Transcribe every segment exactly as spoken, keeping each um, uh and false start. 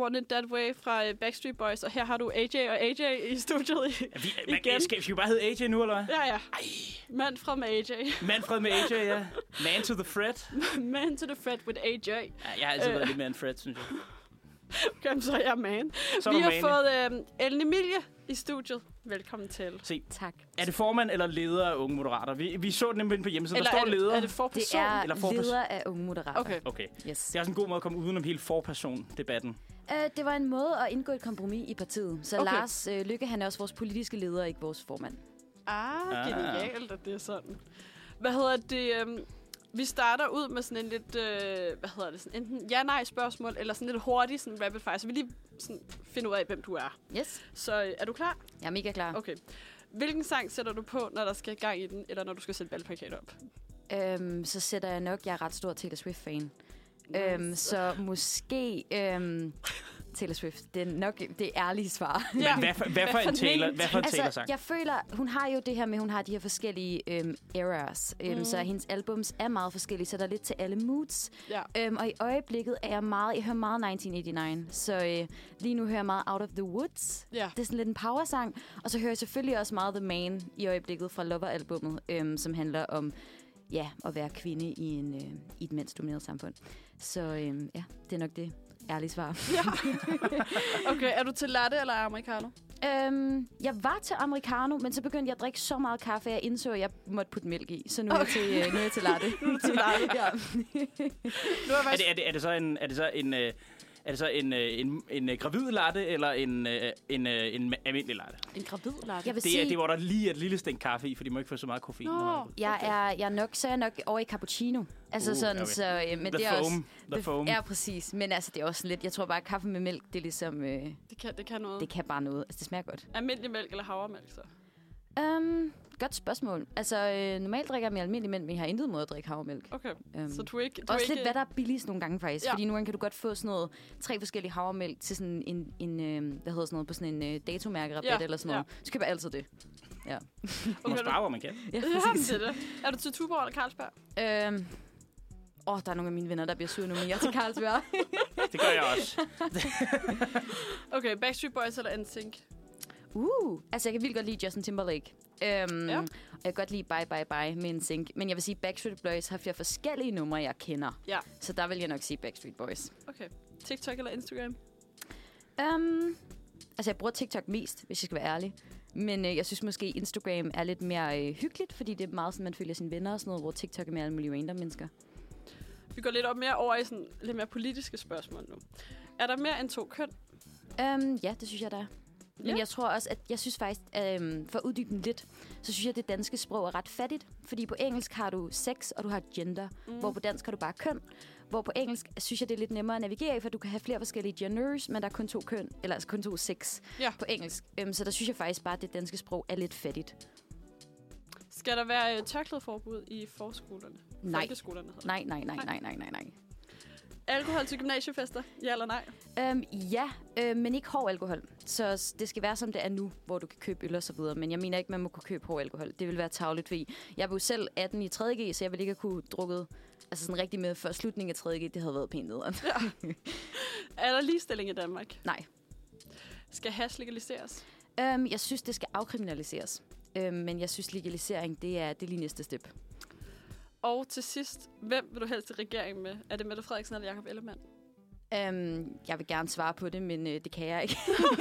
Want It That Way fra uh, Backstreet Boys, og her har du A J og A J i studiet i, ja, vi, man, igen. Skal, skal vi bare hedde A J nu, eller hvad? Ja, ja. Ej. Manfred med A J. Manfred med A J, ja. Man to the Fred. Man to the Fred with A J. Ja, jeg har altid øh. været lidt mere en Fred, synes jeg. Okay, så er jeg man. Så vi har man. fået øh, Ellen Emilie i studiet. Velkommen til. Se. Tak. Er det formand eller leder af Unge Moderater? Vi, vi så den nemlig på hjemmesiden. Der står er det, leder. Er det forperson? Det er eller for leder af Unge Moderater. Okay. okay. Yes. Det er også en god måde at komme udenom hele forperson-debatten. Uh, det var en måde at indgå et kompromis i partiet. Så Okay. Lars uh, Løkke, han er også vores politiske leder, ikke vores formand. Ah, Ah. genialt, at det er sådan. Hvad hedder det? Øhm, vi starter ud med sådan en lidt, øh, hvad hedder det, sådan enten ja-nej-spørgsmål, eller sådan lidt hurtigt, sådan rapid fire, så vi lige sådan finde ud af, hvem du er. Yes. Så øh, er du klar? Jeg er mega klar. Okay. Hvilken sang sætter du på, når der skal gang i den, eller når du skal sætte valgplakater op? Øhm, så sætter jeg nok, jeg er ret stor Taylor Swift-fan. Nice. Øhm, så måske øhm, Taylor Swift. Det er nok det ærlige svar. Ja. Men hvad for, hvad for en Taylor, hvad for en Taylor Altså, sang? jeg føler, hun har jo det her med, hun har de her forskellige øhm, eras. Øhm, Mm. Så hendes albums er meget forskellige, så der er lidt til alle moods. Ja. Øhm, og i øjeblikket er jeg meget, jeg hører meget nitten eighty-nine. Så øh, lige nu hører jeg meget Out of the Woods. Ja. Det er sådan lidt en powersang. Og så hører jeg selvfølgelig også meget The Man i øjeblikket fra Lover-albummet, øhm, som handler om ja, at være kvinde i, en, øh, i et mandsdomineret samfund. Så øh, ja, det er nok det ærlige svar. Ja. Okay, er du til latte eller americano? øhm, jeg var til americano, men så begyndte jeg at drikke så meget kaffe, at jeg indså, at jeg måtte putte mælk i. Så nu er jeg Okay. til, øh, nu er jeg til latte. Nu er du til latte. Ja. Nu er Er faktisk... det, er, det, er det så en, er det så en, øh, er det så en, øh, en, en, en gravid latte, eller en, øh, en, øh, en almindelig latte? En gravid latte. Jeg vil Det er, sige, det hvor der lige er et lille stænk kaffe i, for de må ikke få så meget koffein. Nå. når man- jeg er, jeg er nok, så er jeg nok over i cappuccino. Altså Uh, sådan, okay. så, øh, men The det er foam. også... The foam. Ja, præcis. Men altså, det er også lidt... Jeg tror bare, at kaffe med mælk, det er ligesom... Øh, Det kan, det kan noget. det kan bare noget. Altså, det smager godt. Almindelig mælk eller havremælk, så? Um, godt spørgsmål. Altså, øh, normalt drikker jeg mere almindelig mælk, men jeg har intet mod at drikke havremælk. Okay, Um, så du er ikke... Du er også ikke... lidt, hvad der er billigst nogle gange faktisk. Ja. Ja. Fordi nogle gange kan du godt få sådan noget, tre forskellige havremælk til sådan en, en øh, hvad hedder sådan noget, på sådan en øh, datomærkerabat Ja, eller sådan noget. Så køber jeg altid det. Ja. Man må Okay, spare, hvor man kan. Ja, Ja, præcis. det er det. Er du til Tuborg eller Carlsberg? Øhm, åh, der er nogle af mine venner, der bliver sure nu, men jeg er til Carlsberg. Det gør jeg også. Okay, Backstreet Boys eller N Sync? uh, altså, jeg kan vildt godt lide Justin Timberlake. Øhm, Ja. og jeg kan godt lide Bye Bye Bye med en sync. Men jeg vil sige, Backstreet Boys har flere forskellige numre, jeg kender. Ja. Så der vil jeg nok sige Backstreet Boys. Okay. TikTok eller Instagram? Um, altså, jeg bruger TikTok mest, hvis jeg skal være ærlig. Men øh, jeg synes måske, Instagram er lidt mere øh, hyggeligt, fordi det er meget sådan, man følger sine venner og sådan noget, hvor TikTok er mere alle mulige random mennesker. Vi går lidt op mere over i sådan lidt mere politiske spørgsmål nu. Er der mere end to køn? Um, ja, det synes jeg, der er. Men Ja. jeg tror også, at jeg synes faktisk, um, for at uddybe den lidt, så synes jeg, at det danske sprog er ret fattigt. Fordi på engelsk har du sex, og du har gender. Mm. Hvor på dansk har du bare køn. Hvor på engelsk synes jeg, det er lidt nemmere at navigere i, for du kan have flere forskellige genders, men der er kun to køn, eller altså kun to sex Ja. på engelsk. Um, så der synes jeg faktisk bare, at det danske sprog er lidt fattigt. Skal der være uh, tørklædeforbud i forskolerne? Nej. Folkeskolerne hedder det. Nej, nej, nej, nej, nej, nej, nej. Alkohol til gymnasiefester? Ja eller nej? Um, ja, øh, men ikke hård alkohol. Så s- det skal være, som det er nu, hvor du kan købe øl og så videre. Men jeg mener ikke, man må kunne købe hård alkohol. Det vil være tarveligt, fordi jeg var jo selv atten i tredje G, så jeg ville ikke have kunne drukket altså sådan rigtig med før slutningen af tredje G. Det havde været pænt nederen. Ja. Er der ligestilling i Danmark? Nej. Skal hash legaliseres? Um, jeg synes, det skal afkriminaliseres. Um, men jeg synes, legalisering, det er det er lige næste step. Og til sidst, hvem vil du helst i regeringen med? Er det Mette Frederiksen eller Jakob Ellemann? Um, jeg vil gerne svare på det, men øh, det kan jeg ikke.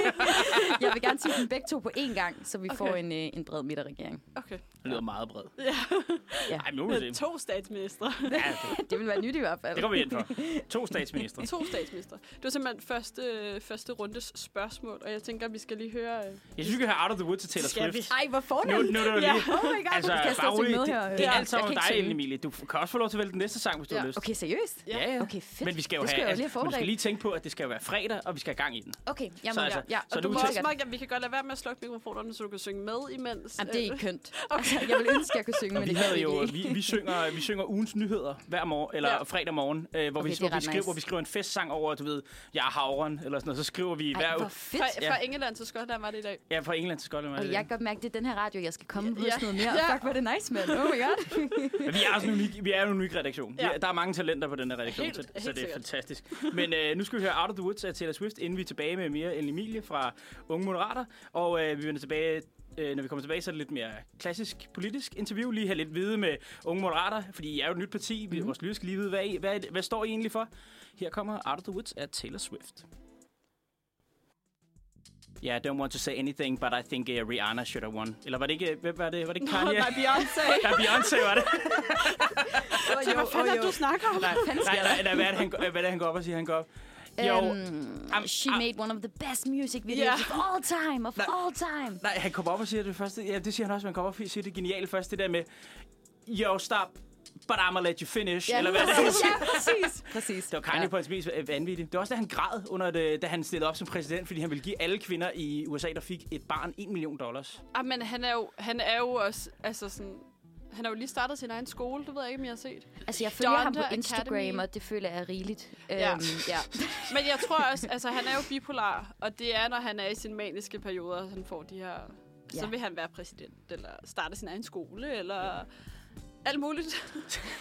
Jeg vil gerne sige dem begge to på én gang, så vi Okay. får en, øh, en bred midterregering. Okay. Det lyder meget bred. Ja. Ja. Ej, men nu må vi se. To statsministre. Ja, det, Det vil være nyt i hvert fald. det går vi ind for. To statsministre. To statsministre. Det var simpelthen første, første rundes spørgsmål, og jeg tænker, at vi skal lige høre... øh, Jeg synes, vi kan have Out of the Woods til Taylor Skal Swift. Ej, hvor Nu, fornemt. nu er det jo Ja. lige... Oh my god, Altså, kan jeg stå bare og synge rolig. med Det, her? det er Ja. alt sammen Jeg om kan dig, ikke synge. Emilie. Du kan også få lov til at vælge den næste sang, hvis du Ja. har lyst. Okay, seriøst? Ja, ja. Okay, fedt. Men vi skal jo det skal have... jeg jo lige have men du skal forberedt. lige tænke på, at det skal jo være fredag, og vi skal have gang i den. Okay, jeg Så må... altså- ja. så og du du må vil også sikkert- meget, at vi kan godt lade være med at slukke mikrofonerne, så du kan synge med imens. Jamen, det er ikke kønt. Okay. Altså, jeg ville ønske, at jeg kunne synge, Og men vi det kan havde jeg jo, ikke. vi, vi, synger, vi synger ugens nyheder hver morgen, eller Ja. fredag morgen, øh, hvor, Okay, vi, det er hvor, vi ret skriver, nice. hvor vi skriver en festsang over, du ved, jeg er havren, eller sådan noget, så skriver vi hver Ej, hvor uge. fedt. Fra, Ja. fra England til Skotland var det i dag. Ja, fra England til Skotland. Og jeg kan godt mærke, at det er den her radio, jeg skal komme Ja. på sådan noget mere. Ja. Fuck, hvor er det nice, mand. Oh my god. Men vi er også en unik, vi er en unik redaktion. Ja. Ja. Der er mange talenter på den her redaktion, Helt- så, helt så det er sikkert. fantastisk. Men men øh, nu skal vi høre Out of the Woods af Taylor Swift, inden vi er tilbage med mere Ellen Emilie fra Unge Moderater. Og øh, vi vender tilbage, øh, når vi kommer tilbage, så er det lidt mere klassisk politisk interview. Lige have lidt vide med Unge Moderater, fordi I er jo et nyt parti. Mm-hmm. Vores lytter skal lige vide, hvad, I, hvad, hvad står I egentlig for? Her kommer Out of the Woods af Taylor Swift. Yeah, I don't want to say anything, but I think uh, Rihanna should have won. Eller var det ikke, hvad var det, var det ikke Kanye? Nej, Beyoncé. Ja, Beyoncé var det. oh, jo, hvad fanden er du snakker om? Nej, nej, nej, nej, hvad er det, han, hvad er det, han går op og siger, han går op? Jo, um, um, she um, made one of the best music videos yeah. of all time, of nej, all time. Nej, han kommer op og siger det første. Ja, det siger han også, man kommer op og siger det geniale først. Det der med, yo, stop, but I'ma let you finish. Ja, eller hvad præcis, det ja, præcis. præcis. Det var Kanye ja. på hans mest vanvittige. Det var også, da han græd, under det, da han stillede op som præsident, fordi han ville give alle kvinder i U S A, der fik et barn, en million dollars. Ah, men han er jo, han er jo også, altså sådan... Han har jo lige startet sin egen skole, det ved jeg ikke, om jeg har set. Altså, jeg følger ham på Donda Instagram, Academy. og det føler jeg er rigeligt. Ja. Øhm, ja. Men jeg tror også, altså han er jo bipolar, og det er, når han er i sine maniske perioder, han får de her... Ja. Så vil han være præsident, eller starte sin egen skole, eller alt muligt.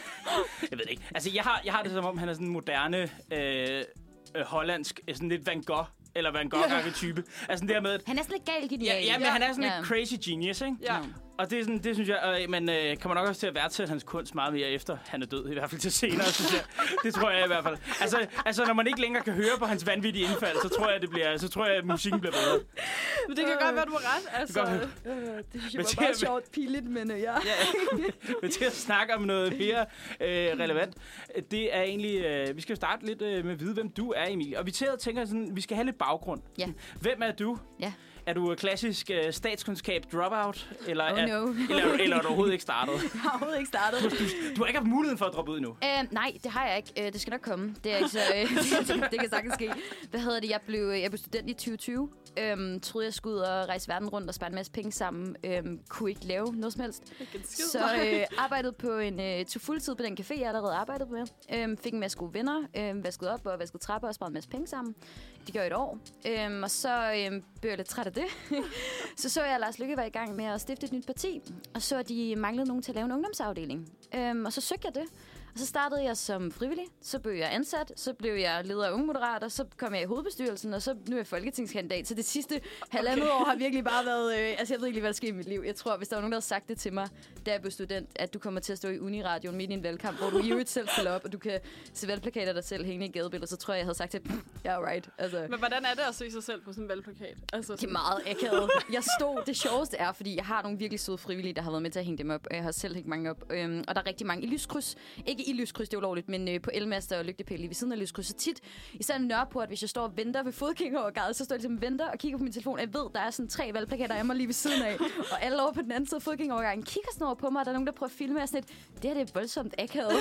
Jeg ved det ikke. Altså, jeg har, jeg har det som om, han er sådan en moderne, øh, øh, hollandsk, sådan lidt Van Gogh, eller Van Gogh-agtig type. Altså, der med, Han er sådan lidt galt genial. ja, ja, men Ja. han er sådan Ja. lidt crazy genius, ikke? Ja. Og det, er sådan, det synes jeg, øh, man øh, kommer nok også til at værdsætte hans kunst meget mere efter, han er død, i hvert fald til senere, synes jeg. Det tror jeg i hvert fald. Altså, altså, når man ikke længere kan høre på hans vanvittige indfald, så tror jeg, det bliver, så tror jeg, at musikken bliver bedre. Men det kan godt være, du har ret. Altså, Det øh, det synes jeg Men var til meget at- sjovt pinligt, men øh, ja. Ja, men til at snakke om noget mere øh, relevant, det er egentlig, øh, vi skal starte lidt øh, med at vide, hvem du er, Emilie. Og vi til at tænker sådan, vi skal have lidt baggrund. Ja. Hvem er du? Ja. Er du klassisk uh, statskundskab dropout, eller, Oh, er, no. eller, eller er du overhovedet ikke startet? Jeg har overhovedet ikke startet. Du har ikke haft muligheden for at droppe ud endnu. Uh, nej, det har jeg ikke. Uh, det skal nok komme. Det er ikke så... Uh, det, det kan sagtens ske. Hvad hedder det? Jeg blev, jeg blev student i tyve tyve. Um, troede, jeg skulle ud og rejse verden rundt og spare en masse penge sammen. Um, kunne ikke lave noget som helst. Så uh, arbejdede på en... Uh, tog fuldtid på den café, jeg allerede arbejdede med. Um, fik en masse gode venner. Um, vaskede op og vaskede trapper og sparede en masse penge sammen. Det gjorde et år. Um, og så um, blev jeg lidt træt af det. så så jeg, at Lars Løkke var i gang med at stifte et nyt parti. Og så de manglede nogen til at lave en ungdomsafdeling. Um, og så søgte jeg det. Og så startede jeg som frivillig, så blev jeg ansat, så blev jeg leder af Unge Moderater, så kom jeg i hovedbestyrelsen, og så nu er jeg folketingskandidat. Så det sidste halvandet okay. år har virkelig bare været... Øh, altså, jeg ved ikke lige, hvad der sker i mit liv. Jeg tror, hvis der var nogen, der havde sagt det til mig, da jeg blev student, at du kommer til at stå i Uniradioen midt i en valgkamp, hvor du i øvrigt selv stiller op, og du kan se valgplakater der selv hængende i gadebilleder, så tror jeg, jeg havde sagt til ja, yeah, right. Altså, Men hvordan er det at se sig selv på sådan en valgplakat? Altså, det er meget akavet. Jeg stod, det sjoveste er, fordi jeg har nogle virkelig søde frivillige, der har været med til at hænge dem op, og jeg har selv hængt mange op. Øhm, og der er rigtig mange i lyskryds. Ikke i lyskryds, det er ulovligt, men øh, på elmaster og lygtepæle ved siden af lyskryds. Så tit, især i Nørreport, hvis jeg står og venter ved fodgængerovergaden, så står jeg ligesom venter og kigger på min telefon. Jeg ved, der er sådan tre valgplakater af mig lige ved siden af. Og alle over på den anden side af fodgængerovergangen kigger sådan over på mig, og der er nogen, der prøver at filme. Og sådan et, det her det er voldsomt akavet.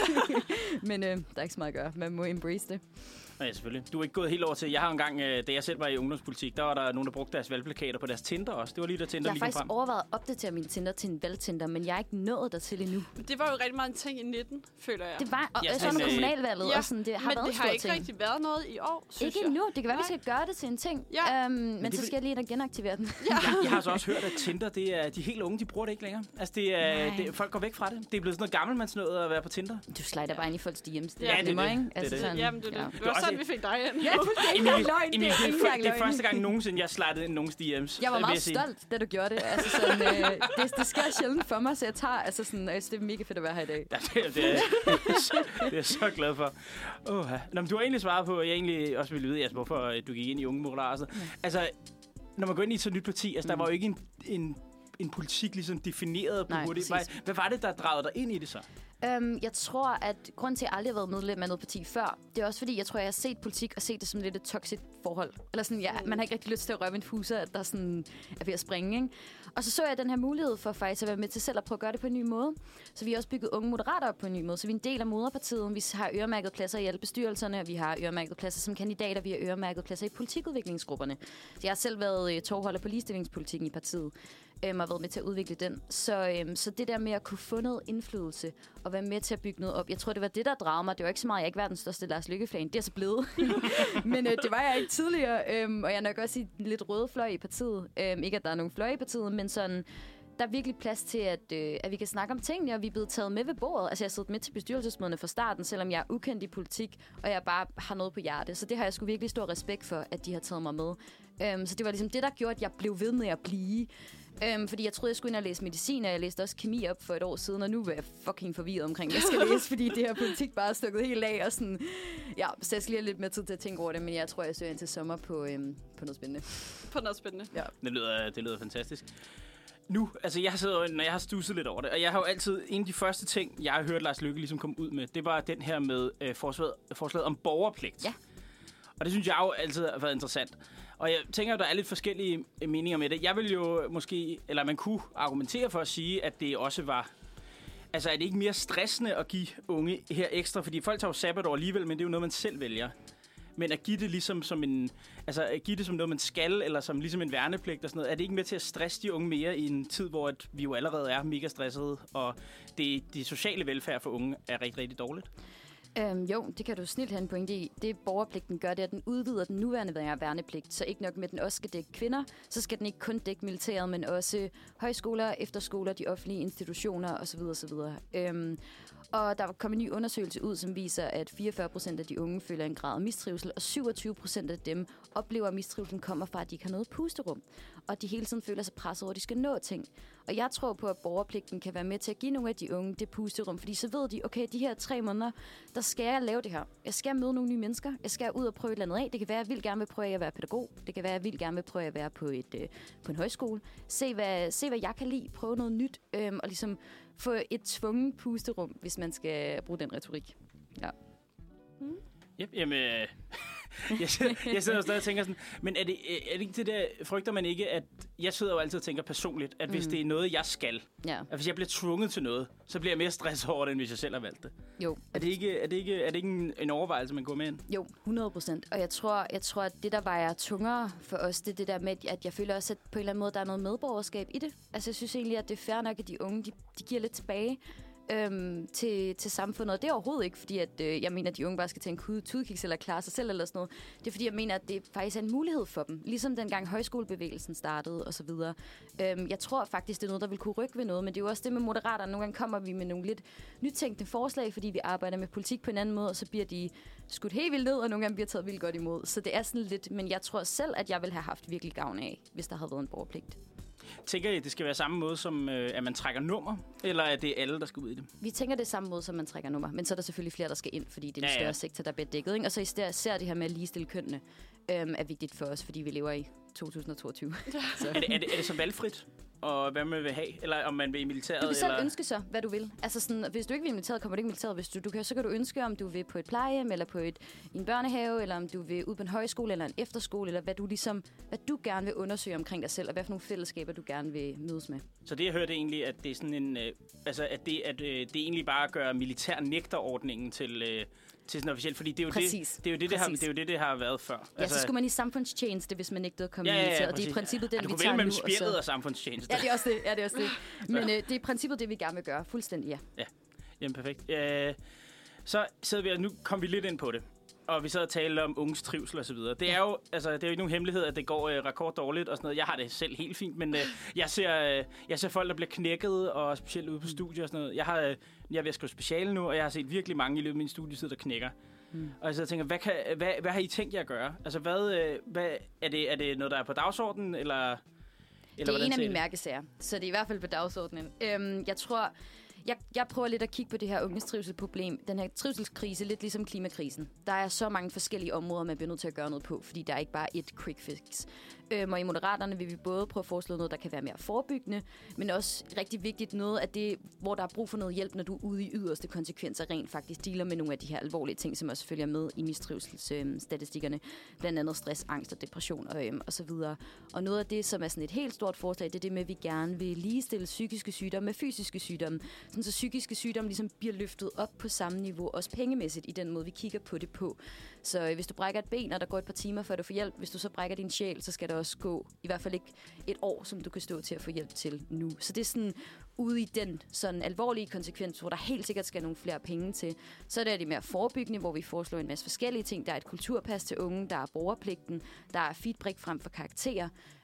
men øh, der er ikke så meget at gøre. Man må embrace det. Ja, selvfølgelig. Du er ikke gået helt over til... Jeg har engang, da jeg selv var i ungdomspolitik, der var der nogen, der brugte deres valgplakater på deres Tinder også. Det var lige da Tinder Jeg lige har kom faktisk frem. overvejet at opdatere min Tinder til en valgtinder, men jeg er ikke nået dertil endnu. det var jo rigtig meget en ting i nitten, føler jeg. Det var og, Ja, ja, sådan, sådan øh, kommunalvalget, ja, og sådan, det har men været det en har stor ikke ting. rigtig været noget i år, synes Ikke jeg. endnu. Det kan være, Nej. vi skal gøre det til en ting. Ja. Um, men det så vil- skal jeg lige ind og genaktivere den. Ja. Jeg, jeg har så også hørt, at Tinder, det er de helt unge, de bruger det ikke længere. Altså, det er, Nej. det, folk går væk fra det. Det er blevet sådan noget gammelmandsnød at være på Tinder. Du slider bare ind i folks D M's. Det Ja, er det er nemmere, det. ikke? Det er Altså det. sådan, Jamen, det, er det. ja. det Det var er også sådan, et- vi fik dig ind. Ja, det er ikke engang løgn. Det Emil, er det, ikke er, engang det er løgn. første gang nogensinde, jeg slidede ind i nogens D M's. Jeg var vil jeg meget sige. stolt, da du gjorde det. Altså sådan, øh, det, det sker sjældent for mig, så jeg tager, altså sådan, og jeg synes, det er mega fedt at være her i dag. Ja, det, er- det, er, det er jeg så glad for. Oh, Nå, men du har egentlig svaret på, at jeg egentlig også ville vide, altså, hvorfor øh, du gik ind i Unge Moderater. Ja. Altså, når man går ind i et så nyt parti, altså, mm. der var jo ikke en, en, en politik ligesom defineret på Nej, hurtigt. præcis. Hvad, hvad var det, der dragede dig ind i det så? Um, jeg tror, at grund til, at jeg aldrig har været medlem af noget parti før, det er også fordi, jeg tror, jeg har set politik og set det som lidt et toxic forhold. Eller sådan, ja, man har ikke rigtig lyst til at røre ved en fuser, at der sådan er ved at springe, ikke? Og så så jeg den her mulighed for faktisk at være med til selv at prøve at gøre det på en ny måde. Så vi har også bygget Unge Moderater op på en ny måde. Så vi er en del af moderpartiet. Vi har øremærket pladser i alle bestyrelserne, og vi har øremærket pladser som kandidater. Vi har øremærket pladser i politikudviklingsgrupperne. Så jeg har selv været uh, tovholder på ligestillingspolitikken i partiet. Øhm, og været med til at udvikle den. Så, øhm, så det der med at kunne få noget indflydelse og være med til at bygge noget op, jeg tror, det var det, der dragede mig. Det var ikke så meget, jeg ikke var den største Lars Løkke-fan. Det er så blevet. Men øh, det var jeg ikke tidligere. Øhm, og jeg er nok også i lidt røde fløj i partiet. Øhm, ikke, at der er nogen fløj i partiet, men sådan... der er virkelig plads til, at, øh, at vi kan snakke om tingene, og vi er blevet taget med ved bordet. Altså, jeg har siddet med til bestyrelsesmøderne fra starten, selvom jeg er ukendt i politik, og jeg bare har noget på hjerte. Så det har jeg sgu virkelig stor respekt for, at de har taget mig med. Um, så det var ligesom det, der gjorde, at jeg blev ved med at blive. Um, fordi jeg troede, jeg skulle ind og læse medicin, og jeg læste også kemi op for et år siden, og nu er jeg fucking forvirret omkring, hvad jeg skal læse, fordi det her politik bare er stukket helt af, og sådan, ja, så jeg skal lige have lidt mere tid til at tænke over det, men jeg tror, jeg søger ind til sommer på, øhm, på noget spændende. På noget spændende. Ja. Det lyder, det lyder fantastisk. Nu, altså jeg sidder når jeg har stusset lidt over det, og jeg har jo altid, en af de første ting, jeg har hørt Lars Løkke ligesom komme ud med, det var den her med øh, forslaget, forslaget om borgerpligt. Ja. Og det synes jeg jo altid har været interessant. Og jeg tænker, at der er lidt forskellige meninger med det. Jeg vil jo måske, eller man kunne argumentere for at sige, at det også var... Altså, er det ikke mere stressende at give unge her ekstra? Fordi folk tager jo sabbatår alligevel, men det er jo noget, man selv vælger. Men at give det ligesom som en... Altså, at give det som noget, man skal, eller som ligesom en værnepligt og sådan noget, er det ikke med til at stresse de unge mere i en tid, hvor at vi jo allerede er mega stressede, og det, det sociale velfærd for unge er rigtig, rigtig dårligt? Øhm, jo, det kan du snilt have en pointe i. Det borgerpligten gør, det er, at den udvider den nuværende værnepligt. Så ikke nok med, at den også skal dække kvinder, så skal den ikke kun dække militæret, men også højskoler, efterskoler, de offentlige institutioner osv. osv. Øhm, og der kom en ny undersøgelse ud, som viser, at fireogfyrre procent af de unge føler en grad af mistrivsel, og syvogtyve procent af dem oplever, at mistrivselen kommer fra, at de ikke har noget pusterum. Og de hele tiden føler sig presset over, at de skal nå ting. Og jeg tror på, at borgerpligten kan være med til at give nogle af de unge det pusterum, fordi så ved de, okay, de her tre måneder, der skal jeg lave det her. Jeg skal møde nogle nye mennesker. Jeg skal ud og prøve et eller andet af. Det kan være, at jeg vil gerne vil prøve at være pædagog. Det kan være, at jeg vil gerne vil prøve at være på, et, øh, på en højskole. Se hvad, se, hvad jeg kan lide. Prøve noget nyt. Øhm, og ligesom få et tvunget pusterum, hvis man skal bruge den retorik. Ja. Mm. Yep, jamen... jeg, sidder, jeg sidder og stadig og tænker sådan, men er det, er det ikke det der, frygter man ikke, at jeg sidder jo altid og tænker personligt, at hvis mm. det er noget, jeg skal, ja. at hvis jeg bliver tvunget til noget, så bliver jeg mere stresset over det, end hvis jeg selv har valgt det. Jo. Er det ikke, er det ikke, er det ikke en, en overvejelse, man går med ind? Jo, hundrede procent. Og jeg tror, jeg tror, at det, der vejer tungere for os, det er det der med, at jeg føler også, at på en eller anden måde, der er noget medborgerskab i det. Altså, jeg synes egentlig, at det er fair nok, at de unge, de, de giver lidt tilbage. Øhm, til, til samfundet. Og det er overhovedet ikke, fordi at, øh, jeg mener, at de unge bare skal tage en tudkiks eller klare sig selv eller sådan noget. Det er fordi, jeg mener, at det faktisk er en mulighed for dem. Ligesom dengang højskolebevægelsen startede og så videre. Øhm, jeg tror faktisk, det er noget, der vil kunne rykke ved noget, men det er jo også det med Moderaterne. Nogle gange kommer vi med nogle lidt nytænkende forslag, fordi vi arbejder med politik på en anden måde, og så bliver de skudt helt vildt ned, og nogle gange bliver taget vildt godt imod. Så det er sådan lidt, men jeg tror selv, at jeg ville have haft virkelig gavn af, hvis der havde været en borgerpligt. Tænker I, det skal være samme måde, som øh, at man trækker nummer, eller er det alle, der skal ud i det? Vi tænker det samme måde, som man trækker nummer, men så er der selvfølgelig flere, der skal ind, fordi det er en ja, større ja. sektor, der bliver dækket. Ikke? Og så især det her med at ligestille kønnene øhm, er vigtigt for os, fordi vi lever i to tusind toogtyve. Så. Er, det, er, det, er det så valgfrit? Og hvad man vil have? Eller om man vil i militæret? Du kan selv eller? ønske så, hvad du vil. Altså sådan, hvis du ikke vil i militæret, kommer du ikke i militæret. Hvis du, du kan, så kan du ønske, om du vil på et plejehjem, eller på et, en børnehave, eller om du vil ud på en højskole, eller en efterskole, eller hvad du, ligesom, hvad du gerne vil undersøge omkring dig selv, og hvad for nogle fællesskaber, du gerne vil mødes med. Så det, jeg hørte egentlig, at det er sådan en... Øh, altså, at det, at, øh, det egentlig bare gør militær nægterordningen til... Øh, til sådan officielt, fordi det er jo præcis. det, det, er jo det, det, har, det er jo det, det har været før. Ja, altså, så skulle man i samfundstjeneste, hvis man ikke komme ja, ja, ja, i militæret. Og det er i princippet det, ja, vi tager nu. Du kunne vælge mellem og samfundstjeneste. Ja, det er også det. Ja, det er også det. Men øh, det er i princippet det, vi gerne vil gøre. Fuldstændig, ja. Ja, jamen perfekt. Øh, så sidder vi, og nu kom vi lidt ind på det. Og vi sad og talte om unges trivsel og så videre. Det er jo, altså, det er jo ikke nogen hemmelighed, at det går øh, rekorddårligt og sådan noget. Jeg har det selv helt fint, men øh, jeg, ser, øh, jeg ser folk, der bliver knækket, og specielt ude på studier og sådan noget. Jeg, har, øh, jeg er ved at skrive speciale nu, og jeg har set virkelig mange i løbet af min studietid, der knækker. Mm. Og så tænker hvad, kan, hvad, hvad har I tænkt jer at gøre? Altså, hvad, øh, hvad, er, det, er det noget, der er på dagsordenen, eller... eller det er en af mine mærkesager, så det er i hvert fald på dagsordenen. Øhm, jeg tror... Jeg, jeg prøver lidt at kigge på det her unges trivselproblem, den her trivselskrise, lidt ligesom klimakrisen. Der er så mange forskellige områder, man bliver nødt til at gøre noget på, fordi der er ikke bare et quick fix. Øhm, og i Moderaterne vil vi både prøve at foreslå noget, der kan være mere forebyggende, men også rigtig vigtigt noget af det, hvor der er brug for noget hjælp, når du er ude i yderste konsekvenser rent faktisk dealer med nogle af de her alvorlige ting, som også følger med i mistrivselsstatistikkerne. Øhm, blandt andet stress, angst og depression og, øhm, og så videre. Og noget af det, som er sådan et helt stort forslag, det er det med, at vi gerne vil ligestille psykiske sygdomme med fysiske sygdomme. Sådan så psykiske sygdomme ligesom bliver løftet op på samme niveau, også pengemæssigt i den måde, vi kigger på det på. Så øh, hvis du brækker et ben, og der går et par timer, før du får hjælp, hvis du så brækker din sjæl, så skal der også gå i hvert fald ikke et år, som du kan stå til at få hjælp til nu. Så det er sådan ude i den sådan alvorlige konsekvens, hvor der helt sikkert skal nogle flere penge til. Så er det mere forebyggende, hvor vi foreslår en masse forskellige ting. Der er et kulturpas til unge, der er borgerpligten, der er feedback frem for karakterer.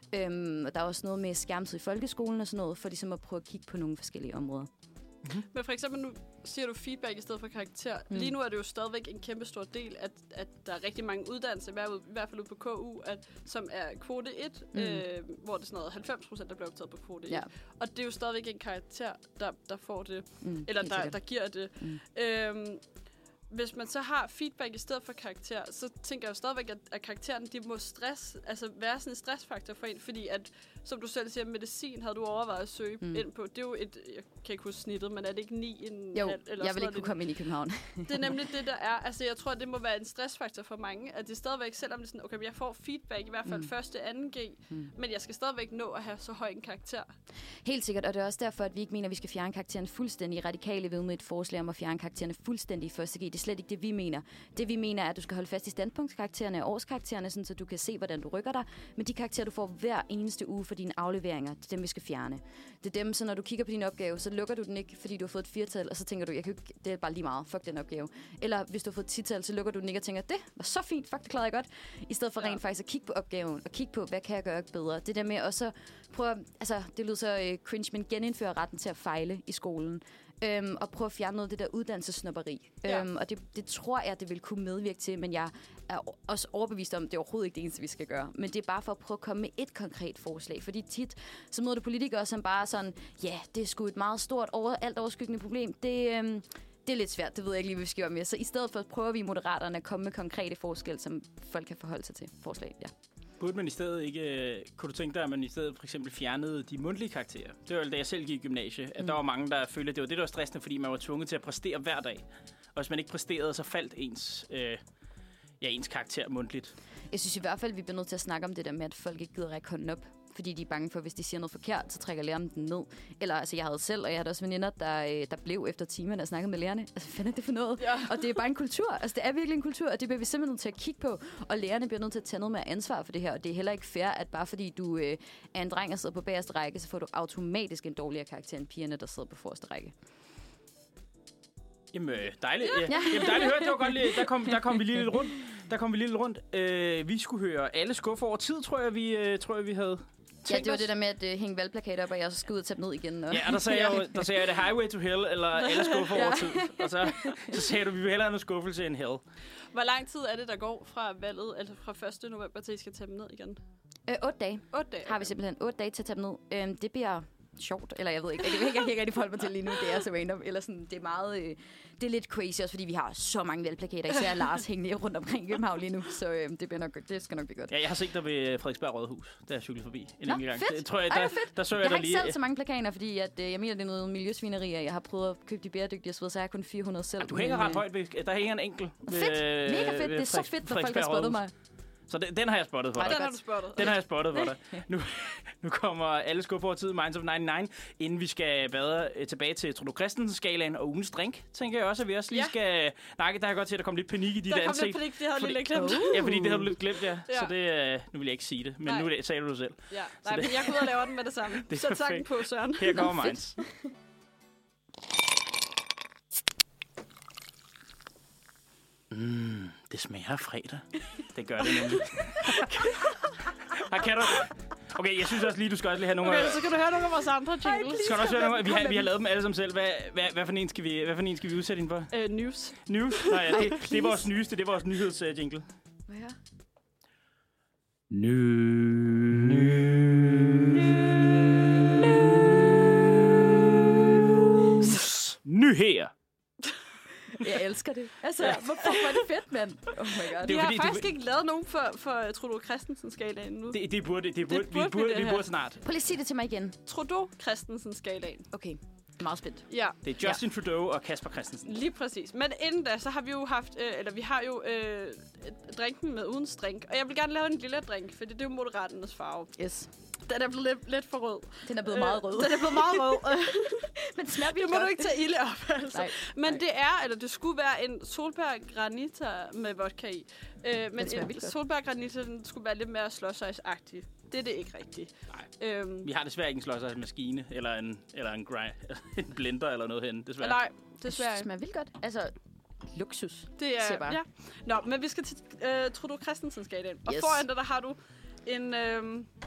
Øhm, og der er også noget med skærmtid i folkeskolen og sådan noget, for ligesom at prøve at kigge på nogle forskellige områder. Mm-hmm. Men for eksempel nu siger du feedback i stedet for karakter. Mm. Lige nu er det jo stadigvæk en kæmpe stor del, at, at der er rigtig mange uddannelser, i hvert fald ude på K U, at, som er kvote et, mm. øh, hvor det er sådan noget halvfems procent, der bliver optaget på kvote et. Ja. Og det er jo stadigvæk en karakter, der, der får det, mm, eller der, der giver det. Mm. Øhm, Hvis man så har feedback i stedet for karakter, så tænker jeg jo stadigvæk, at, at karaktererne, de må stress, altså være sådan en stressfaktor for en, fordi at, som du selv siger, medicin havde du overvejet at søge mm. ind på. Det er jo et, jeg kan ikke huske snittet, men er det ikke ni? En, jo, eller jeg vil ikke kunne komme ind i København. Det er nemlig det, der er. Altså, jeg tror, det må være en stressfaktor for mange, at det stadigvæk, selvom det er sådan, okay, jeg får feedback, i hvert fald mm. første, anden G, mm. men jeg skal stadigvæk nå at have så høj en karakter. Helt sikkert, og det er også derfor, at vi ikke mener, at vi skal fjerne karakteren fuldstændig. Radikale ved med et forslag om at fjerne karaktererne fuldstændig i første G. Det er slet ikke det, vi mener. Det vi mener er, at du skal holde fast i standpunktskaraktererne og årskaraktererne, sådan, så du kan se, hvordan du rykker dig. Men de karakterer, du får hver eneste uge for dine afleveringer, det er dem, vi skal fjerne. Det er dem, så når du kigger på din opgave, så lukker du den ikke, fordi du har fået et firtal, og så tænker du, jeg kan ikke, det er bare lige meget, fuck den opgave. Eller hvis du har fået et tital, så lukker du den ikke og tænker, det var så fint, fuck, det klarede jeg godt. I stedet for ja. rent faktisk at kigge på opgaven, og kigge på, hvad kan jeg gøre bedre. Det der med også prøve, altså det lyder så uh, cringe, men genindføre retten til at fejle i skolen. Øhm, og prøve at fjerne noget af det der uddannelsesnopperi. Ja. Øhm, og det, det tror jeg, det vil kunne medvirke til, men jeg er også overbevist om, at det er overhovedet ikke det eneste, vi skal gøre. Men det er bare for at prøve at komme med et konkret forslag. Fordi tit, så møder du politikere, som bare sådan, ja, yeah, det er sgu et meget stort, over, alt overskyggende problem. Det, øhm, det er lidt svært, det ved jeg ikke lige, hvad vi skal gøre med. Så i stedet for prøver vi i Moderaterne at komme med konkrete forskelle, som folk kan forholde sig til. Forslag, ja. Burde man i stedet ikke, kunne du tænke dig, at man i stedet for eksempel fjernede de mundtlige karakterer? Det var jo da jeg selv gik i gymnasiet, at mm. der var mange, der følte, at det var det, der var stressende, fordi man var tvunget til at præstere hver dag. Og hvis man ikke præsterede, så faldt ens, øh, ja, ens karakter mundtligt. Jeg synes i hvert fald, at vi bliver nødt til at snakke om det der med, at folk ikke gider række hånden op. Fordi de er bange for, hvis de siger noget forkert, så trækker læreren den ned. Eller altså, jeg havde selv, og jeg havde også veninder, der, der blev efter timerne og snakkede med lærerne. Altså, hvad fanden er det for noget? Ja. Og det er bare en kultur. Altså, det er virkelig en kultur, og det bliver vi simpelthen nødt til at kigge på. Og lærerne bliver nødt til at tage noget med ansvar for det her. Og det er heller ikke fair, at bare fordi du øh, er en dreng og sidder på bagerste række, så får du automatisk en dårligere karakter end pigerne, der sidder på forreste række. Jamen, dejligt. Ja. Ja. Jamen, dejligt hørt. Det var godt lige. Der kom, der kom vi lige lidt rundt. Der kom vi lige lidt rundt. Øh, vi skulle høre alle skuffer over tid, tror jeg, vi, øh, tror jeg, vi havde. Ja, det var det der med at uh, hænge valgplakater op, og jeg så skulle ud og tage dem ned igen. Og ja, og der sagde jeg jo, der sagde jeg, det highway to hell, eller alle skuffer over tid. Og så, så sagde du, vi vil hellere have noget skuffelse end hell. Hvor lang tid er det, der går fra valget, altså fra første november til I skal tage dem ned igen? Øh, otte dage. Otte dage, okay. Har vi simpelthen otte dage til at tage dem ned. Øhm, det bliver sjovt, eller jeg ved ikke, jeg kan ikke, jeg kan ikke rigtig forholde mig til lige nu, det er så random, eller sådan, det er meget, øh, det er lidt crazy også, fordi vi har så mange valgplakater, især Lars hængende rundt omkring i København lige nu, så øh, det, bliver nok, det skal nok blive godt. Ja, jeg har set dig ved Frederiksberg Rådhus, der er cyklet forbi en Nå, enkelt gang. fedt. Det, tror jeg, Ej, der, fedt. der så jeg, jeg der har lige. ikke selv så mange plakater, fordi at, øh, jeg mener, det er noget miljøsvineri, og jeg har prøvet at købe de bæredygtige, så jeg har kun fire hundrede selv. Ja, du hænger men, ret højt, ved, der hænger en enkelt. Fedt, ved, mega fedt, det er så fedt, når folk har spottet mig. Så den, den har jeg spottet for dig. dig. Den har du spottet. Den har jeg spottet for dig. Nu, nu kommer alle skuffer over tid, Minds of nioghalvfems, inden vi skal være tilbage til Trudeau Christensen-skalaen og ugens drink, tænker jeg også, at vi også lige ja. skal... Nej, der kan jeg godt se, at der kommer lidt panik i dit ansigt. Der kom lidt panik, det havde du lidt glemt. Ja, fordi det havde du lidt glemt, ja. ja. Så det, nu vil jeg ikke sige det, men Nej. nu sagde du det selv. Ja. Nej, det, men jeg går ud og laver den med det samme. Det så tak på, Søren. Her kommer Minds. Mm, det smager af fredag. Det gør det nemlig. kan du... Okay, jeg synes også lige, du skal også lige have nogle... Okay, så kan du høre nogle af vores andre jingles. Skal du også høre nogle... Vi har, vi har lavet dem alle sammen selv. Hvad, hvad, hvad, for en skal vi, hvad for en skal vi udsætte hende for? Uh, news. News? Nej, ja, det, det er vores nyeste. Det er vores nyhedsjingle. Hvad her? News. Nyheder. Jeg elsker det. Altså, ja. Hvorfor var det fedt, mand? Oh my god. Vi har fordi, faktisk det... ikke lavet nogen for, for Trudeau Christensen-skalaen endnu. Det, det burde, det burde, det burde, vi, burde, vi, vi burde snart. Prøv lige at sige det til mig igen. Trudeau Christensen-skalaen. Okay. Meget spændt. Ja. Det er Justin ja. Trudeau og Kasper Christensen. Lige præcis. Men inden da, så har vi jo haft, øh, eller vi har jo øh, drinken med uden drink. Og jeg vil gerne lave en lille drink, for det er jo Moderaternes farve. Yes. Den er blevet lidt, lidt for rød. Den er blevet øh, meget rød. Den er blevet meget rød. Men smager vi det må du ikke tage ilde op, altså. Nej, men nej. det er, eller det skulle være en solbær granita med vodka i. Øh, men en solbær granita, den skulle være lidt mere slåsøjsagtig. Det er det ikke rigtigt. Nej. Øhm, vi har desværre ikke en slåsøjsmaskine, eller en, eller en, grind, en blender eller noget hen, desværre. Nej, desværre. Det smager vildt godt. Altså, luksus. Det er, bare. Ja. Nå, men vi skal til uh, Trudeau Christensen-skalaen. Og yes. foran dig, der har du en... Øh,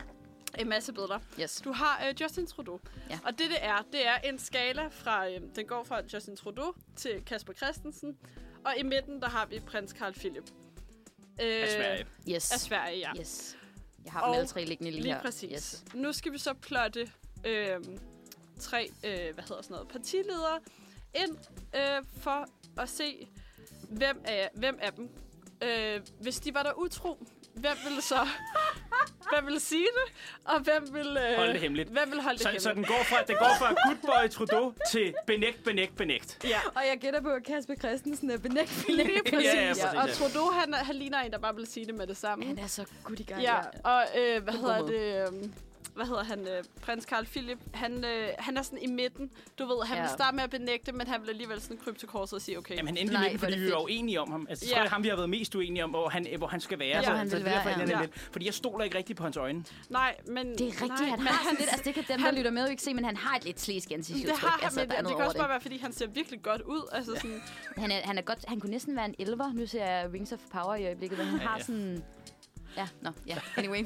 en masse billeder. Yes. Du har øh, Justin Trudeau. Ja. Og det, det er, det er en skala fra, øh, den går fra Justin Trudeau til Kasper Christensen. Og i midten, der har vi prins Carl Philip. Øh, Af Sverige. Yes. Af Sverige, ja. Yes. Jeg har dem alle tre liggende lige, lige her. præcis. Yes. Nu skal vi så plotte øh, tre, øh, hvad hedder sådan noget, partiledere ind øh, for at se, hvem af, hvem af dem, øh, hvis de var der utro, hvem ville så, hvem ville sige det, og hvem vil øh, Hold det hemmeligt. Hvem vil holde det Så, hemmeligt? så den går fra, den går fra good boy Trudeau til benægt, benægt, benægt. Ja. Og jeg gætter på, at Kasper Christensen er benægt. Lige præcis. Ja, ja, præcis, ja. Og ja. Trudeau, han, han ligner en, der bare vil sige det med det samme. Han er så godt i gang. Ja, og øh, hvad På hedder god det... Øh, hvad hedder han? Øh, prins Carl Philip. Han, øh, han er sådan i midten. Du ved, han Ja. vil starte med at benægte, men han vil alligevel sådan krybe til korset og sige, okay. Jamen, han endte Nej, i midten, hvor er fordi det vi var fedt. uenige om ham. Altså, jeg Ja. tror, det er ham, vi har været mest uenige om, hvor han, hvor han skal være. Ja, så, hvor han så vil det er derfor, være, jeg ja. er lidt. Fordi jeg stoler ikke rigtigt på hans øjne. Nej, men... Det er rigtigt, nej, han men har sådan lidt, altså det kan dem, der han- lytter med, jo ikke se, men han har et lidt slæsk ansigtsudtryk. Det har han, altså, men der er det, det noget kan over også bare være, fordi han ser virkelig godt ud. Altså sådan, Han er, han er godt, han kunne næsten være en elver. Nu ser jeg Rings of Power i øjeblikket, men han Ja, har ja. sådan... Ja, nå, ja, anyway.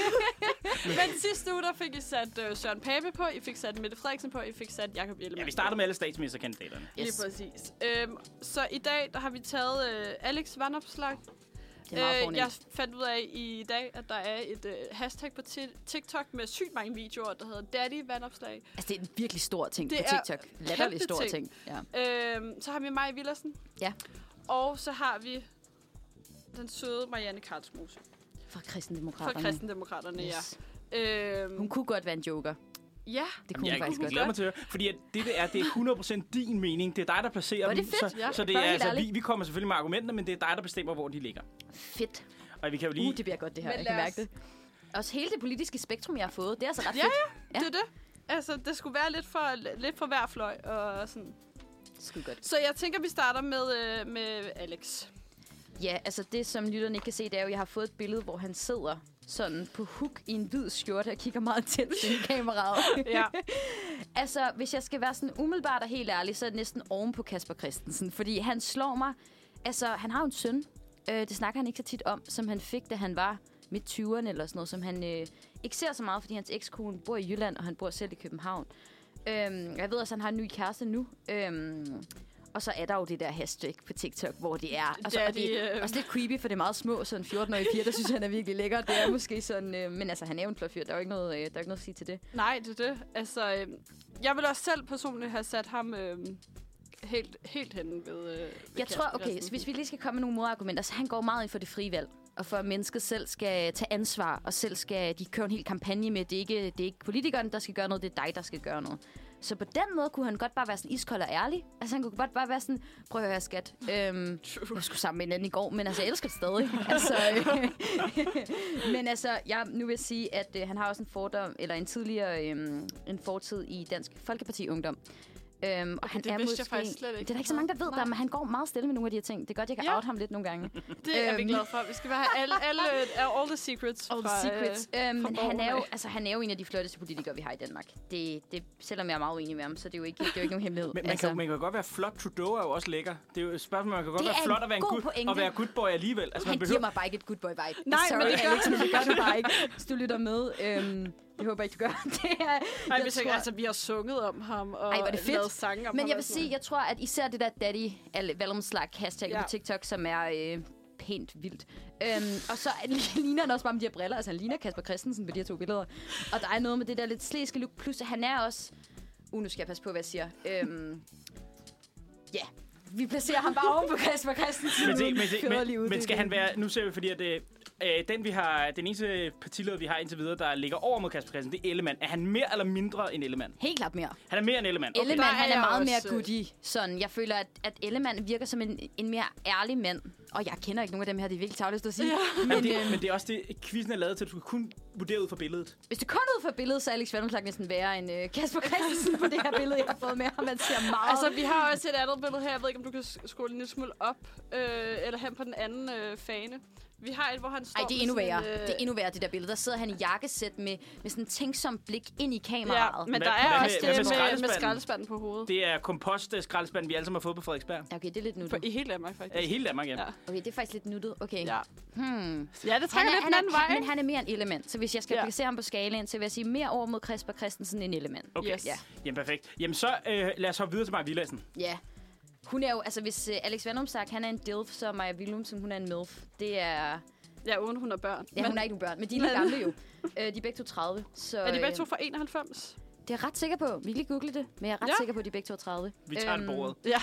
men sidste uge, der fik I sat øh, Søren Pape på, I fik sat Mette Frederiksen på, I fik sat Jakob Ellemann. Ja, vi starter med alle statsministerkandidaterne. Lige Yes. præcis. Øhm, så i dag, der har vi taget øh, Alex Vanopslagh. Det er meget Øh, fornemt. jeg fandt ud af i dag, at der er et øh, hashtag på ti- TikTok med sygt mange videoer, der hedder Daddy Vanopslagh. Altså, det er en virkelig stor ting Det på er TikTok. Latterlig kæmpe stor ting. ting. Ja. Øhm, så har vi Maja Villersen. Ja. Og så har vi den søde Marianne Karlsmose Fra fra Kristendemokraterne. Kristendemokraterne, Yes. ja. Øhm, Hun kunne godt være en joker. ja, Det kunne Jeg hun faktisk godt. glæder mig til at høre, fordi at det, det er, det er hundrede procent din mening. Det er dig, der placerer Hvor er det dem. fedt, Så, ja. så det Bare er, helt altså, ærligt. vi, vi kommer selvfølgelig med argumenter, men det er dig, der bestemmer, hvor de ligger. Fedt. Og vi kan jo lige... Uh, det bliver godt, det her. Men Jeg kan lad mærke det. Også hele det politiske spektrum, jeg har fået, det er altså ret Ja, fedt. ja, det er det. Altså, det skulle være lidt for, lidt for hver fløj. Og sådan. Skide godt. Så jeg tænker, vi starter med, øh, med Alex. Ja, altså det, som lytterne ikke kan se, det er jo, at jeg har fået et billede, hvor han sidder sådan på hook i en hvid skjorte og kigger meget tæt ind i kameraet. Ja. Altså, hvis jeg skal være sådan umiddelbart og helt ærlig, så er det næsten oven på Kasper Christensen. Fordi han slår mig... Altså, han har jo en søn. Øh, det snakker han ikke så tit om, som han fik, da han var midt tyverne eller sådan noget, som han øh, ikke ser så meget, fordi hans ekskone bor i Jylland, og han bor selv i København. Øhm, jeg ved også, at han har en ny kæreste nu. Øhm, og så er der jo det der hashtag på TikTok, hvor det er. Og, så, og det er øh, også lidt creepy, for det er meget små, sådan fjorten-årige piger, der synes, han er virkelig lækker. Det er måske sådan... Øh, men altså, han er jo en flot fyr. Der er jo ikke noget, øh, der er ikke noget at sige til det. Nej, det er det. Altså, øh, jeg vil også selv personligt have sat ham øh, helt, helt hen ved, øh, ved Jeg tror, Kasper okay, så Christensen. hvis vi lige skal komme med nogle modargumenter, så han går meget ind for det frie valg. Og for at mennesket selv skal tage ansvar, og selv skal de køre en hel kampagne med, det er ikke, det er ikke politikerne, der skal gøre noget, det er dig, der skal gøre noget. Så på den måde kunne han godt bare være sådan iskold og ærlig. Altså han kunne godt bare være sådan, prøv at høre skat. Øhm, jeg skulle sammen med en anden i går, men altså jeg elsker det stadig. altså, øh, men altså, jeg nu vil jeg sige, at øh, han har også en fordom, eller en tidligere øh, en fortid i Dansk Folkeparti Ungdom. Øhm, og Okay, han det er vidste måske, jeg faktisk slet ikke. Det er der ikke så mange, der ved, Nej. der, men han går meget stille med nogle af de her ting. Det er godt, jeg kan Ja. out ham lidt nogle gange. Det er vi Øhm. glade for. Vi skal bare have alle, alle, all the secrets. All the fra, secrets. Øh, øhm, fra men han er, jo, borgerne. altså, han er jo en af de flotteste politikere, vi har i Danmark. Det, det, selvom jeg er meget uenig med ham, så det er jo ikke, det er jo ikke nogen hemmelighed. Men man, altså, kan, man kan godt være flot. Trudeau er jo også lækker. Det er jo et spørgsmål, man kan godt Det være er flot en og være en god good, pointe. og være good boy alligevel. Altså, han man giver mig bare ikke et good boy vibe. Nej, Sorry, men det gør Alex, men det gør du bare ikke. Hvis du lytter med, øhm, det håber jeg ikke, du gør. Det er, Ej, jeg vi, tænker, tror- altså, vi har sunget om ham og Ej, hvor er det fedt. lavet sange om Men ham. jeg og vil sådan sige, jeg tror, at især det der Daddy Vanopslagh hashtag Ja. på TikTok, som er øh, pænt vildt. Øhm, og så ligner han også bare med de her briller. Altså, han ligner Kasper Christensen på de her to billeder. Og der er noget med det der lidt slæske look. Plus, han er også... Uh, nu skal jeg passe på, hvad jeg siger. Øhm, ja, vi placerer ham bare oven på Kasper Christensen. men, det, men, det, Fædrelige men, men skal han udvikling. være... Nu ser vi, fordi at det, øh, den, vi har, den eneste partileder, vi har indtil videre, der ligger over mod Kasper Christensen, det er Ellemann. Er han mere eller mindre end Ellemann? Helt klart mere. Han er mere end Ellemann. Okay. Ellemann, Der er han er jeg meget også, mere goodie. Sådan, jeg føler, at, at Ellemann virker som en, en mere ærlig mand. Og jeg kender ikke nogen af dem her, det er virkelig tavligt at sige. Ja. Men, Men det, øhm, men det er også det, quizzen er lavet til, at du skal kun vurdere ud fra billedet. hvis det kun er ud fra billedet, så er Alex Vanopslagh næsten værre end øh, Kasper Christensen på det her billede, jeg har fået med ham. Man ser meget... Altså, vi har også et andet billede her. Jeg ved ikke, om du kan s- scrolle en lille smule op, øh, eller hen på den anden øh, fane. Vi har et, hvor han står Ej, det er endnu med sådan værre. en, øh... Det er endnu værre, det der billede. Der sidder han i jakkesæt med, med sådan en tænksom blik ind i kameraet. Ja, men Hvad- der er hvad også med- hvad det med med, med, skraldespanden? skraldespanden på hovedet. Det er kompostskraldespanden, vi alle sammen har fået på Frederiksberg. Ja, okay, det er lidt For, nuttet. I hele Danmark, faktisk. Ja, i hele Danmark, ja. Ja. Okay, det er faktisk lidt nuttet. Okay. Ja, Hmm. ja det trækker Han er, lidt han den er, anden vej, han, men ikke? han er mere en element. Så hvis jeg skal Ja. placere ham på skalaen, så vil jeg sige mere over mod Kasper Christensen end element. Okay, Yes. Ja. jamen perfekt. Jamen så øh, lad os hoppe videre til Maja Villadsen. Ja. Hun er jo, altså hvis uh, Alex Vanum sagt, han er en dilf, så Maja Willumsen, hun er en milf. Det er... Ja, uden hun har børn. Ja, Men, hun er ikke nogen børn, men de er lige Men- gamle jo. uh, de er begge to tredive. Så, er de begge øh, to fra enoghalvfems? Det er jeg ret sikker på. Vi kan lige google det, men jeg er ret Ja. sikker på, at de er begge to er tredive. Vi tager det på ordet. Ja,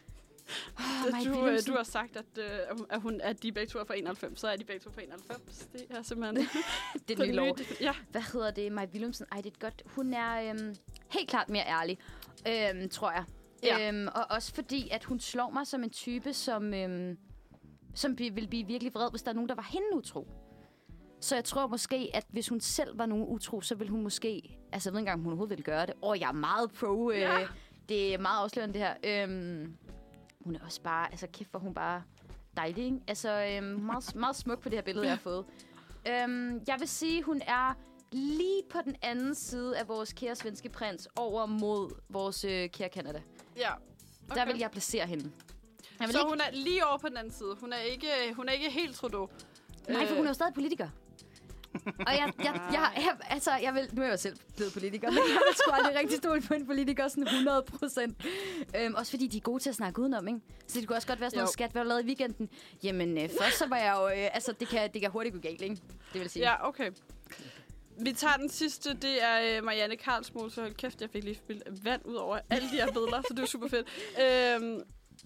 Oh, Maja du, øh, Willumsen. du har sagt, at, øh, at, hun, at de begge to er fra enoghalvfems, så er de begge to fra enoghalvfems. Det er simpelthen... det er den nye lov. Ja, Hvad hedder det? Maja Willumsen. Ej, det er et godt. Hun er øhm, helt klart mere ærlig, øhm, tror jeg. Ja. Øhm, og også fordi, at hun slår mig som en type, som, øhm, som bi- vil blive virkelig vred, hvis der er nogen, der var hende utro. Så jeg tror måske, at hvis hun selv var nogen utro, så ville hun måske... Altså, jeg ved ikke engang, om hun overhovedet ville gøre det. Åh, jeg er meget pro. Øh, Ja. Det er meget afslørende, det her. Øhm, hun er også bare... Altså, kæft, hvor hun bare dejlig, ikke? Altså, øhm, meget, meget smuk på det her billede, jeg har fået. Øhm, jeg vil sige, hun er lige på den anden side af vores kære svenske prins over mod vores øh, kære Canada. ja. Okay. Der vil jeg placere hende. Jeg vil Så ikke... hun er lige over på den anden side. Hun er ikke, hun er ikke helt Trudeau. Nej, for hun er jo stadig politiker. Og jeg, jeg, jeg, jeg, altså, jeg vil, nu er jeg jo selv blevet politiker, men jeg vil sgu aldrig rigtig stole på en politiker sådan hundrede procent. Øhm, også fordi de er gode til at snakke udenom, ikke? Så det kunne også godt være sådan noget Jo. skat, hvad du lavede i weekenden. Jamen, øh, først så var jeg jo, øh, altså, det kan, det kan hurtigt gå galt, ikke? Det vil sige. Ja, okay. Vi tager den sidste, det er øh, Marianne Karlsmose. Hold kæft, jeg fik lige spillet vand ud over alle de her billeder, så det er super fedt. Øhm,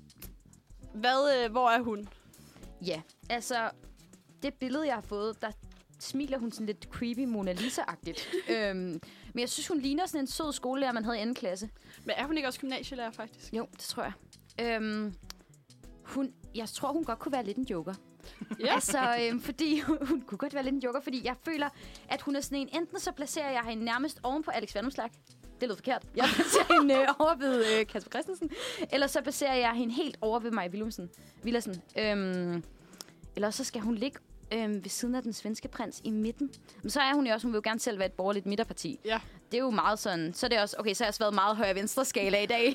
hvad, øh, hvor er hun? Ja, altså, det billede, jeg har fået, der smiler hun sådan lidt creepy Mona Lisa-agtigt. øhm, men jeg synes, hun ligner sådan en sød skolelærer, man havde i anden klasse. Men er hun ikke også gymnasielærer, faktisk? Jo, det tror jeg. Øhm, hun, jeg tror, hun godt kunne være lidt en joker. Ja. Altså, øhm, fordi hun, hun kunne godt være lidt en joker, fordi jeg føler, at hun er sådan en... Enten så placerer jeg hende nærmest oven på Alex Vanopslagh. Det lød forkert. Jeg placerer hende øh, over ved øh, Kasper Christensen. Eller så placerer jeg hende helt over ved Maja Willumsen. Villadsen. Øhm, eller så skal hun ligge øhm, ved siden af den svenske prins i midten. Men så er hun jo også... Hun vil jo gerne selv være et borgerligt midterparti. Ja. Det er jo meget sådan... Så er det også... Okay, så har jeg også været meget højre-venstre skala i dag.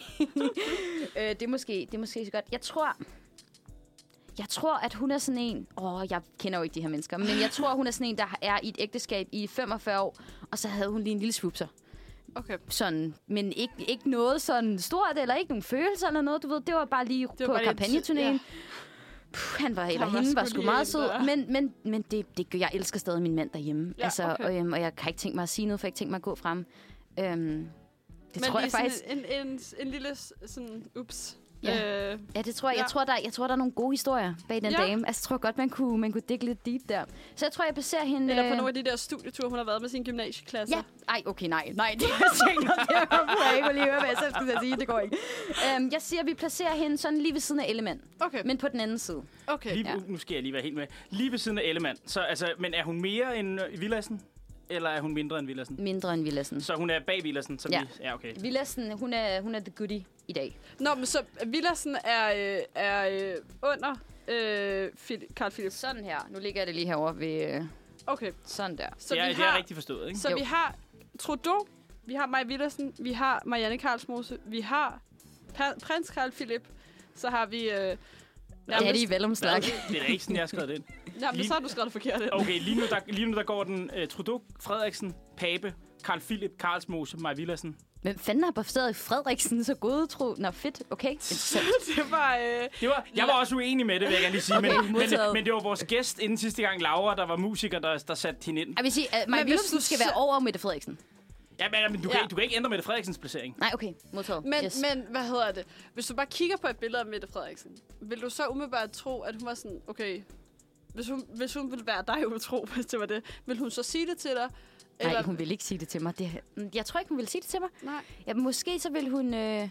øh, det, er måske, det er måske så godt. Jeg tror... Jeg tror, at hun er sådan en... Åh, jeg kender jo ikke de her mennesker. Men jeg tror, hun er sådan en, der er i et ægteskab i femogfyrre år. Og så havde hun lige en lille swoopser. Okay. Sådan, men ikke, ikke noget sådan stort, eller ikke nogen følelser eller noget, du ved. Det var bare lige var på bare lidt- kampagneturnéen. ja. Puh, han var, eller Han var hende sgu var sgu lige meget en, sød. der- Men, men, men det, det, jeg elsker stadig min mand derhjemme. Ja, altså, okay. og, øhm, og jeg kan ikke tænke mig at sige noget, for jeg har ikke tænkt mig at gå frem. Øhm, det Men tror jeg lige sådan faktisk... En, en, en, en lille s- sådan... Ups. Ja. Øh, Ja, det tror jeg. Ja. Jeg, tror, der, jeg tror, der er nogle gode historier bag den Ja. dame. Altså, jeg tror godt, man kunne, man kunne digge lidt deep der. Så jeg tror, jeg placerer hende... eller på øh, nogle af de der studieture, hun har været med sin gymnasieklasse. Ja. Ej, okay, nej. Nej, det er ikke noget. Det er jeg ikke lige høre, hvad jeg selv skal til at sige. Det går ikke. Um, jeg siger, at vi placerer hende sådan lige ved siden af Ellemann. Okay. Men på den anden side. Okay. Lige, Ja. Nu skal jeg lige være helt med. Lige ved siden af Ellemann. Så, altså, men er hun mere end øh, Villadsen? Eller er hun mindre end Villadsen? Mindre end Villadsen. Så hun er bag Villadsen? Som Ja. Vi, ja, okay. Villadsen, hun er, hun er the goodie i dag. Nå, men så Villadsen er, øh, er øh, under øh, Phil- Carl Philip. Sådan her. Nu ligger jeg det lige herovre ved... øh, Okay. Sådan der. Så det, er, vi det er har, rigtigt forstået, ikke? så Jo. vi har Trudeau, vi har Maja Villadsen, vi har Marianne Karlsmose, vi har pa- prins Carl Philip, så har vi... Øh, Ja, det er Vellumslag. Det er da ikke sådan, jeg har skrevet det ind. Jamen, så har du skrevet det forkert ind. Okay, lige nu der, lige nu, der går den uh, Trudeau, Frederiksen, Pape, Carl Philip, Karlsmose, Maja Villadsen. Hvem fanden har placeret Frederiksen så godtro? Nå, fedt. Okay. Interessant. det var... Øh, Det var, jeg var også uenig med det, vil jeg gerne lige sige. Okay, men, men, modtaget. men det var vores gæst inden sidste gang, Laura, der var musiker, der, der satte hende ind. Jeg vil sige, at Maja Men hvis Willumsen du skal se- være over Mette Frederiksen. Ja, men, men du, kan, Ja. ikke- du kan ikke ændre Mette Frederiksens placering. Nej, okay. Modtaget. men, yes. men, hvad hedder det? Hvis du bare kigger på et billede af Mette Frederiksen, vil du så umiddelbart tro, at hun var sådan, okay, hvis hun, hvis hun ville være dig utro, hvis det var det, vil hun så sige det til dig? Nej, hun vil ikke sige det til mig. Det, jeg tror ikke, hun vil sige det til mig. Nej. Ja, måske så vil hun... Øh,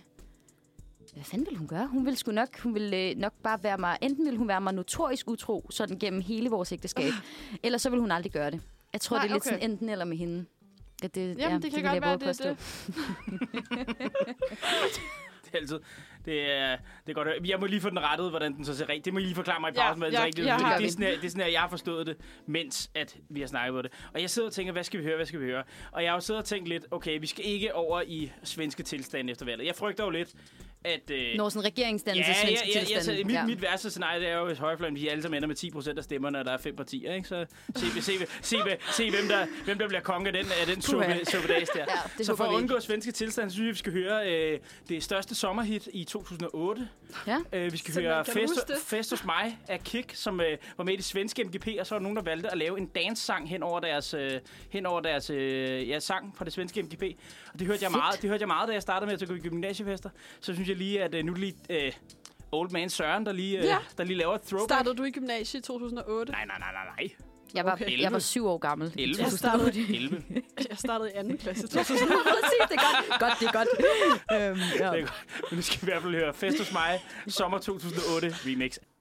hvad fanden vil hun gøre? Hun vil sgu nok, hun vil, øh, nok bare være mig... Enten vil hun være mig notorisk utro, sådan gennem hele vores ægteskab, eller så vil hun aldrig gøre det. Jeg tror, Nej, det er lidt okay. sådan enten eller med hende. Ja, det, Jamen, ja, det kan vil godt jeg være, våge det er på at det. Det altid. Det er, det er godt. Jeg må lige få den rettet, hvordan den så ser rigtigt. Det må I lige forklare mig i pausen, Ja, hvordan ja, det rigtigt. jeg har Det er sådan her, det er sådan her, jeg har forstået det, mens at vi har snakket på det. Og jeg sidder og tænker, hvad skal vi høre, hvad skal vi høre? Og jeg har jo siddet og tænkt lidt, okay, vi skal ikke over i svenske tilstande efter valget. Jeg frygter jo lidt, at... Øh, Når sådan regeringsdannelse ja, svenske ja, ja, ja, tilstande. så mit, Ja. mit værste scenarie, det er jo, hvis højrefløjen, de alle sammen ender med ti procent af stemmerne, og der er fem partier, ikke? Så se, se, se, se, se hvem, der, hvem der bliver konge af den, af den suppe- suppedags der. Ja, det så for at håber vi undgå svenske tilstand, så synes jeg, vi skal høre øh, det største sommerhit i to tusind og otte. Ja. Øh, vi skal Simpelthen, høre kan du Fest, huske det? Fest hos mig af Kik, som øh, var med i det svenske M G P, og så var der nogen, der valgte at lave en dance-sang hen over deres, øh, hen over deres øh, ja, sang fra det svenske M G P. Og det hørte jeg Fedt. meget, det hørte jeg meget, da jeg startede med at gå i gymnasiefester. Så synes jeg lige, at øh, nu er det lige øh, Old Man Søren, der lige, øh, Ja. der lige laver et throwback. Startede du i gymnasiet i to tusind og otte? Nej, nej, nej, nej, nej. Jeg var, Okay. jeg var syv år gammel. elleve. Jeg startede, elleve. jeg startede i anden klasse i to tusind. Præcis, det er godt. Godt, det er godt. øhm, ja. Det er godt. Men nu skal vi i hvert fald høre Fest hos mig, sommer to tusind og otte remix.